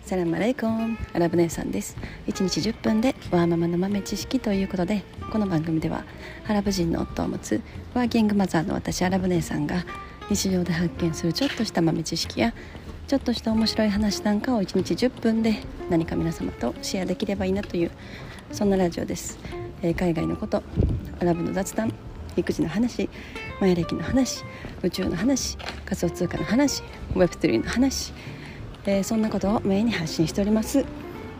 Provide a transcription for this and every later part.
サラムアレイコン、アラブ姉さんです。1日10分でワーママの豆知識ということで、この番組ではアラブ人の夫を持つワーキングマザーの私アラブ姉さんが日常で発見するちょっとした豆知識やちょっとした面白い話なんかを1日10分で何か皆様とシェアできればいいなという、そんなラジオです。海外のこと、アラブの雑談、育児の話、マヤ歴の話、宇宙の話、仮想通貨の話、Web3 の話、そんなことをメインに発信しております。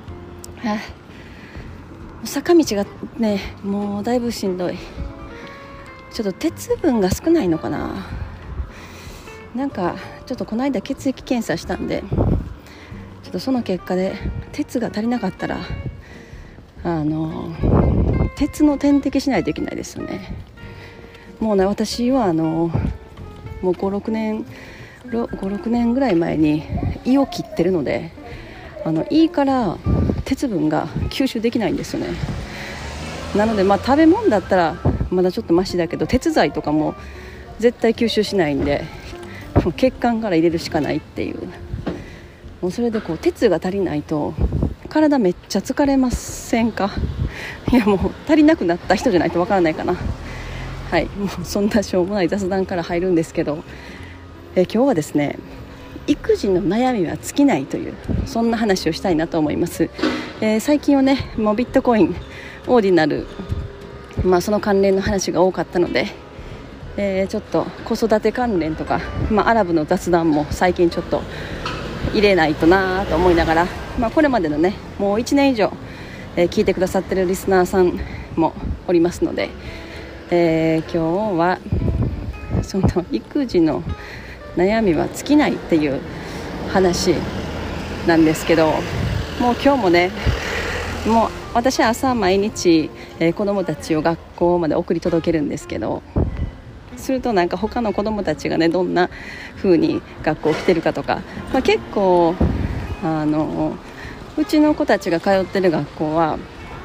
坂道がね、もうだいぶしんどい。ちょっと鉄分が少ないのかな。なんかちょっとこの間血液検査したんで、ちょっとその結果で鉄が足りなかったら鉄の点滴しないといけないですよね。もうね、私はもう5、6年ぐらい前に胃を切ってるので、胃から鉄分が吸収できないんですよね。なので食べ物だったらまだちょっとマシだけど、鉄剤とかも絶対吸収しないんで、もう血管から入れるしかないっていう。もうそれで鉄が足りないと体めっちゃ疲れませんか？いや、もう足りなくなった人じゃないとわからないかな。はい、もうそんなしょうもない雑談から入るんですけど、今日はですね、育児の悩みは尽きないという、そんな話をしたいなと思います。最近はね、もうビットコイン、オーディナル、その関連の話が多かったので、ちょっと子育て関連とか、アラブの雑談も最近ちょっと入れないとなと思いながら、これまでのね、もう1年以上、聞いてくださってるリスナーさんもおりますので、今日はその育児の悩みは尽きないっていう話なんですけど、もう今日もね、もう私は朝毎日、子供たちを学校まで送り届けるんですけど、するとなんか他の子供たちがね、どんな風に学校来てるかとか、結構うちの子たちが通ってる学校は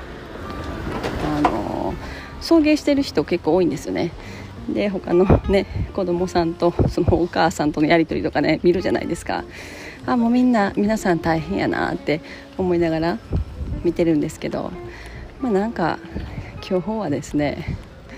送迎してる人結構多いんですよね。で、他のね、子供さんとそのお母さんとのやり取りとかね、見るじゃないですか。もう皆さん大変やなって思いながら見てるんですけど、なんか今日はですね、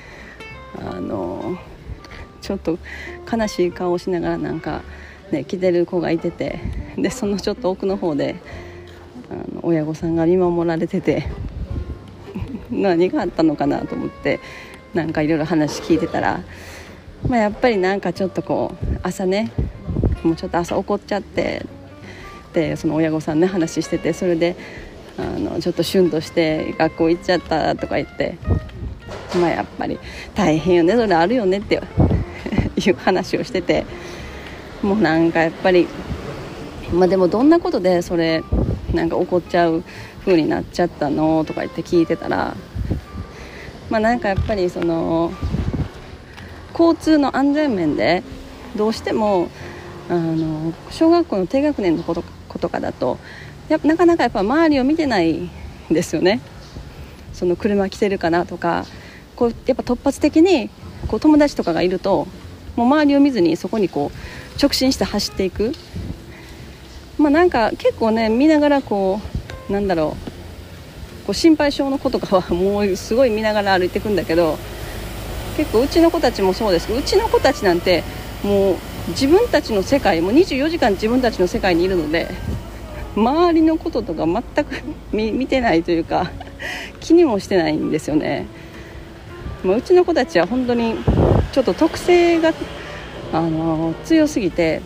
ちょっと悲しい顔をしながらなんかね、来てる子がいてて、でそのちょっと奥の方で親御さんが見守られてて何があったのかなと思って、なんかいろいろ話聞いてたら、やっぱりなんかちょっと朝ね、もうちょっと朝怒っちゃって、でその親御さんね話してて、それでちょっとシュンとして学校行っちゃったとか言って、やっぱり大変よね、それあるよねっていう話をしてて、もうなんかやっぱりでもどんなことでそれなんか怒っちゃう風になっちゃったのとか言って聞いてたら、なんかやっぱりその交通の安全面でどうしても小学校の低学年の子とかだとなかなかやっぱ周りを見てないんですよね。その車来てるかなとか、やっぱ突発的に友達とかがいると、もう周りを見ずにそこに直進して走っていく。なんか結構ね、見ながらなんだろう、心配性の子とかはもうすごい見ながら歩いていくんだけど、結構うちの子たちもそうですけど、うちの子たちなんてもう自分たちの世界、もう24時間自分たちの世界にいるので、周りのこととか全く見てないというか気にもしてないんですよね。うちの子たちは本当にちょっと特性が強すぎて、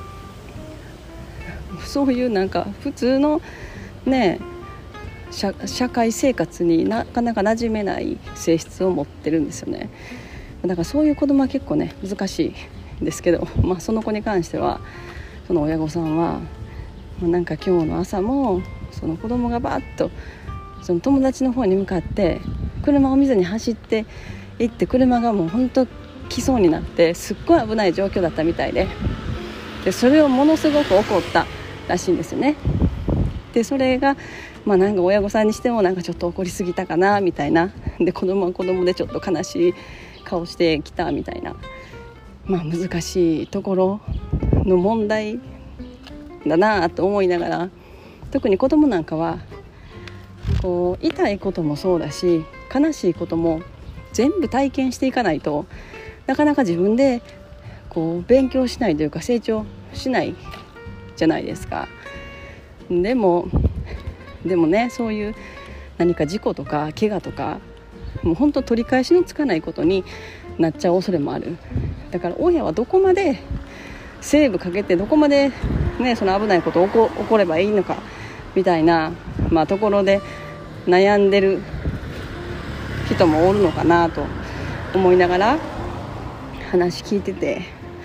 そういうなんか普通のね、社会生活になかなか馴染めない性質を持ってるんですよね。だからそういう子供は結構ね難しいんですけど、その子に関してはその親御さんはなんか今日の朝もその子供がバーッとその友達の方に向かって車を見ずに走って行って、車がもう本当来そうになって、すっごい危ない状況だったみたいで、それをものすごく怒ったらしいんですよね。でそれがなんか親御さんにしてもなんかちょっと怒りすぎたかなみたいな、で子供は子供でちょっと悲しい顔してきたみたいな、難しいところの問題だなと思いながら、 特に子供なんかはこう痛いこともそうだし悲しいことも全部体験していかないとなかなか自分でこう勉強しないというか成長しないじゃないですか。でもね、そういう何か事故とか怪我とかもう本当取り返しのつかないことになっちゃう恐れもある。だから親はどこまでセーブかけてどこまで、ね、その危ないこと起こればいいのかみたいな、ところで悩んでる人もおるのかなと思いながら話聞いてて、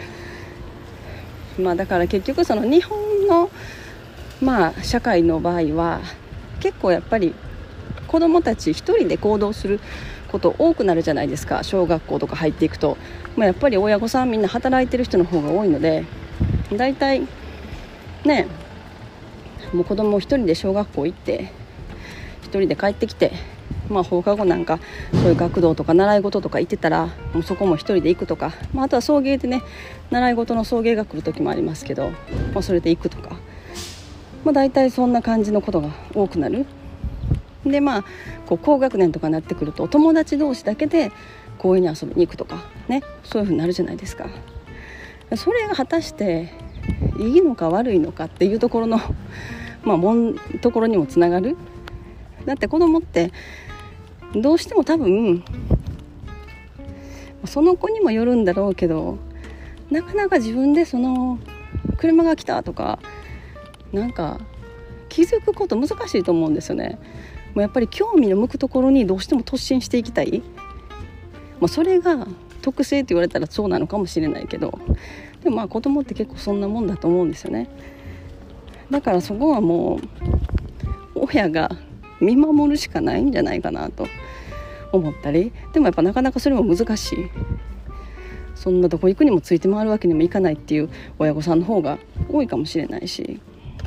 だから結局その日本の社会の場合は結構やっぱり子どもたち一人で行動すること多くなるじゃないですか。小学校とか入っていくと、やっぱり親御さんみんな働いてる人の方が多いので、だいたいねもう子供一人で小学校行って一人で帰ってきて、放課後なんかそういう学童とか習い事とか行ってたらもうそこも一人で行くとか、あとは送迎でね習い事の送迎が来る時もありますけど、それで行くとか、だいたいそんな感じのことが多くなる。でこう高学年とかになってくると友達同士だけで公園に遊びに行くとかね、そういう風になるじゃないですか。それが果たしていいのか悪いのかっていうところのところにもつながる。だって子供ってどうしても多分その子にもよるんだろうけど、なかなか自分でその車が来たとかなんか気づくこと難しいと思うんですよね。もうやっぱり興味の向くところにどうしても突進していきたい。それが特性って言われたらそうなのかもしれないけど、でも子供って結構そんなもんだと思うんですよね。だからそこはもう親が見守るしかないんじゃないかなと思ったり、でもやっぱなかなかそれも難しい。そんなどこ行くにもついて回るわけにもいかないっていう親御さんの方が多いかもしれないし、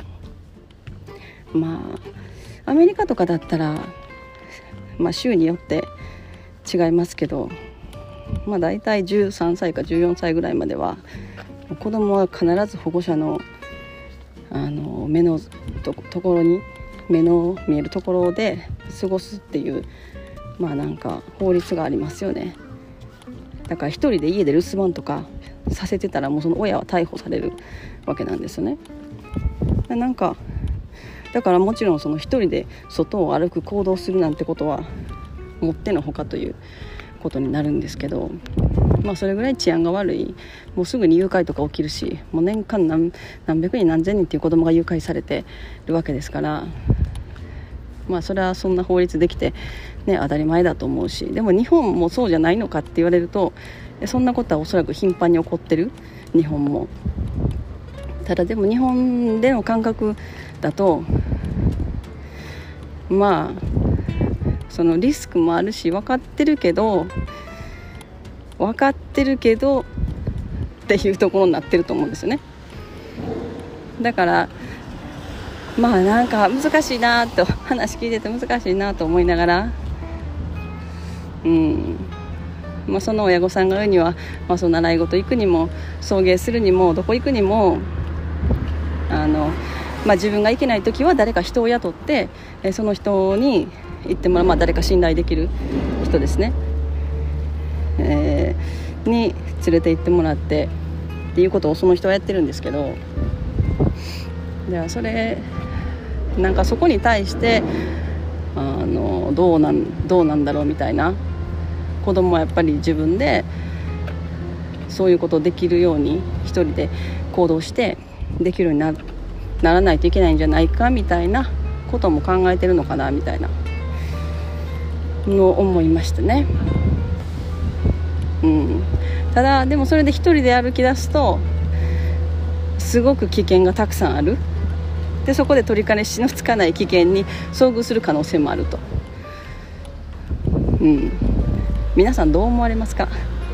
アメリカとかだったら、州によって違いますけど、だいたい13歳か14歳ぐらいまでは子供は必ず保護者の、目のところに目の見えるところで過ごすっていうなんか法律がありますよね。だから一人で家で留守番とかさせてたらもうその親は逮捕されるわけなんですよね。だからもちろんその一人で外を歩く行動するなんてことはもってのほかということになるんですけど、それぐらい治安が悪い。もうすぐに誘拐とか起きるし、もう年間何百人何千人っていう子供が誘拐されてるわけですから、それはそんな法律できて、当たり前だと思うし、でも日本もそうじゃないのかって言われるとそんなことはおそらく頻繁に起こってる。日本もただでも日本での感覚だとそのリスクもあるし分かってるけどっていうところになってると思うんですよね。だからなんか難しいなと話聞いてて難しいなと思いながら、その親御さんが言うには、その習い事行くにも送迎するにもどこ行くにも自分が行けないときは誰か人を雇ってその人に行ってもらう、誰か信頼できる人ですね、に連れて行ってもらってっていうことをその人はやってるんですけど、じゃあそれなんかそこに対してどうなんだろうみたいな。子供はやっぱり自分でそういうことをできるように一人で行動してできるようにならないといけないんじゃないかみたいなことも考えてるのかなみたいなのを思いましたね。ただでもそれで一人で歩き出すとすごく危険がたくさんある。でそこで取り返しのつかない危険に遭遇する可能性もあると。皆さんどう思われますか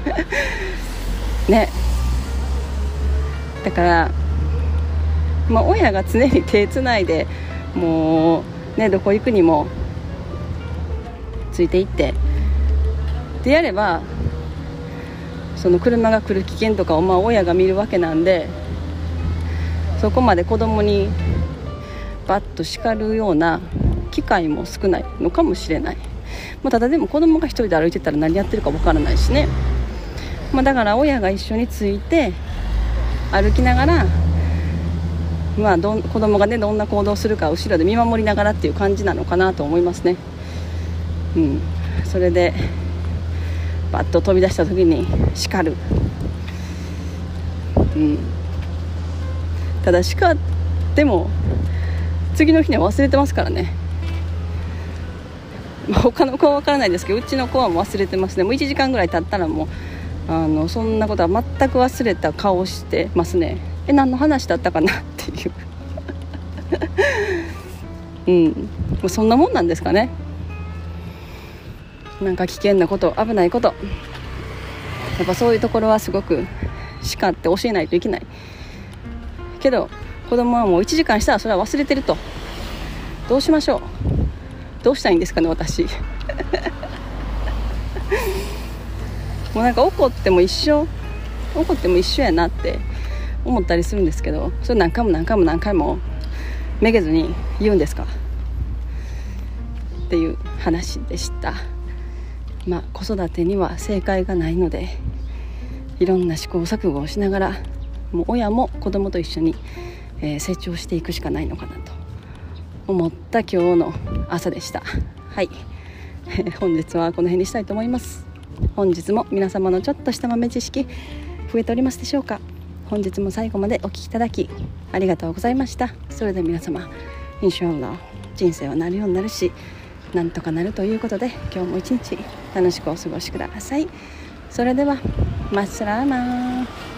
ね。だから親が常に手つないでもうねどこ行くにもついていってでやればその車が来る危険とかを親が見るわけなんで、そこまで子供にバッと叱るような機会も少ないのかもしれない。ただでも子供が一人で歩いてたら何やってるかわからないしね。だから親が一緒について歩きながら、子供がねどんな行動するか後ろで見守りながらっていう感じなのかなと思いますね。それでバッと飛び出した時に叱る。ただ叱っても次の日には忘れてますからね。他の子は分からないですけど、うちの子はもう忘れてますね。もう1時間ぐらい経ったらもうそんなことは全く忘れた顔をしてますね。何の話だったかなっていうもうそんなもんなんですかね。なんか危険なこと、危ないこと、やっぱそういうところはすごく叱って教えないといけないけど、子供はもう1時間したらそれは忘れてると。どうしましょう。どうしたらいいんですかね、私もうなんか怒っても一緒やなって思ったりするんですけど、それ何回もめげずに言うんですかっていう話でした。子育てには正解がないので、いろんな試行錯誤をしながら、もう親も子供と一緒に、成長していくしかないのかなと思った今日の朝でした。はい、本日はこの辺にしたいと思います。本日も皆様のちょっとした豆知識増えておりますでしょうか。本日も最後までお聞きいただきありがとうございました。それでは皆様、インシャアラー、人生はなるようになるし、なんとかなるということで、今日も一日楽しくお過ごしください。それではマッサラーマー。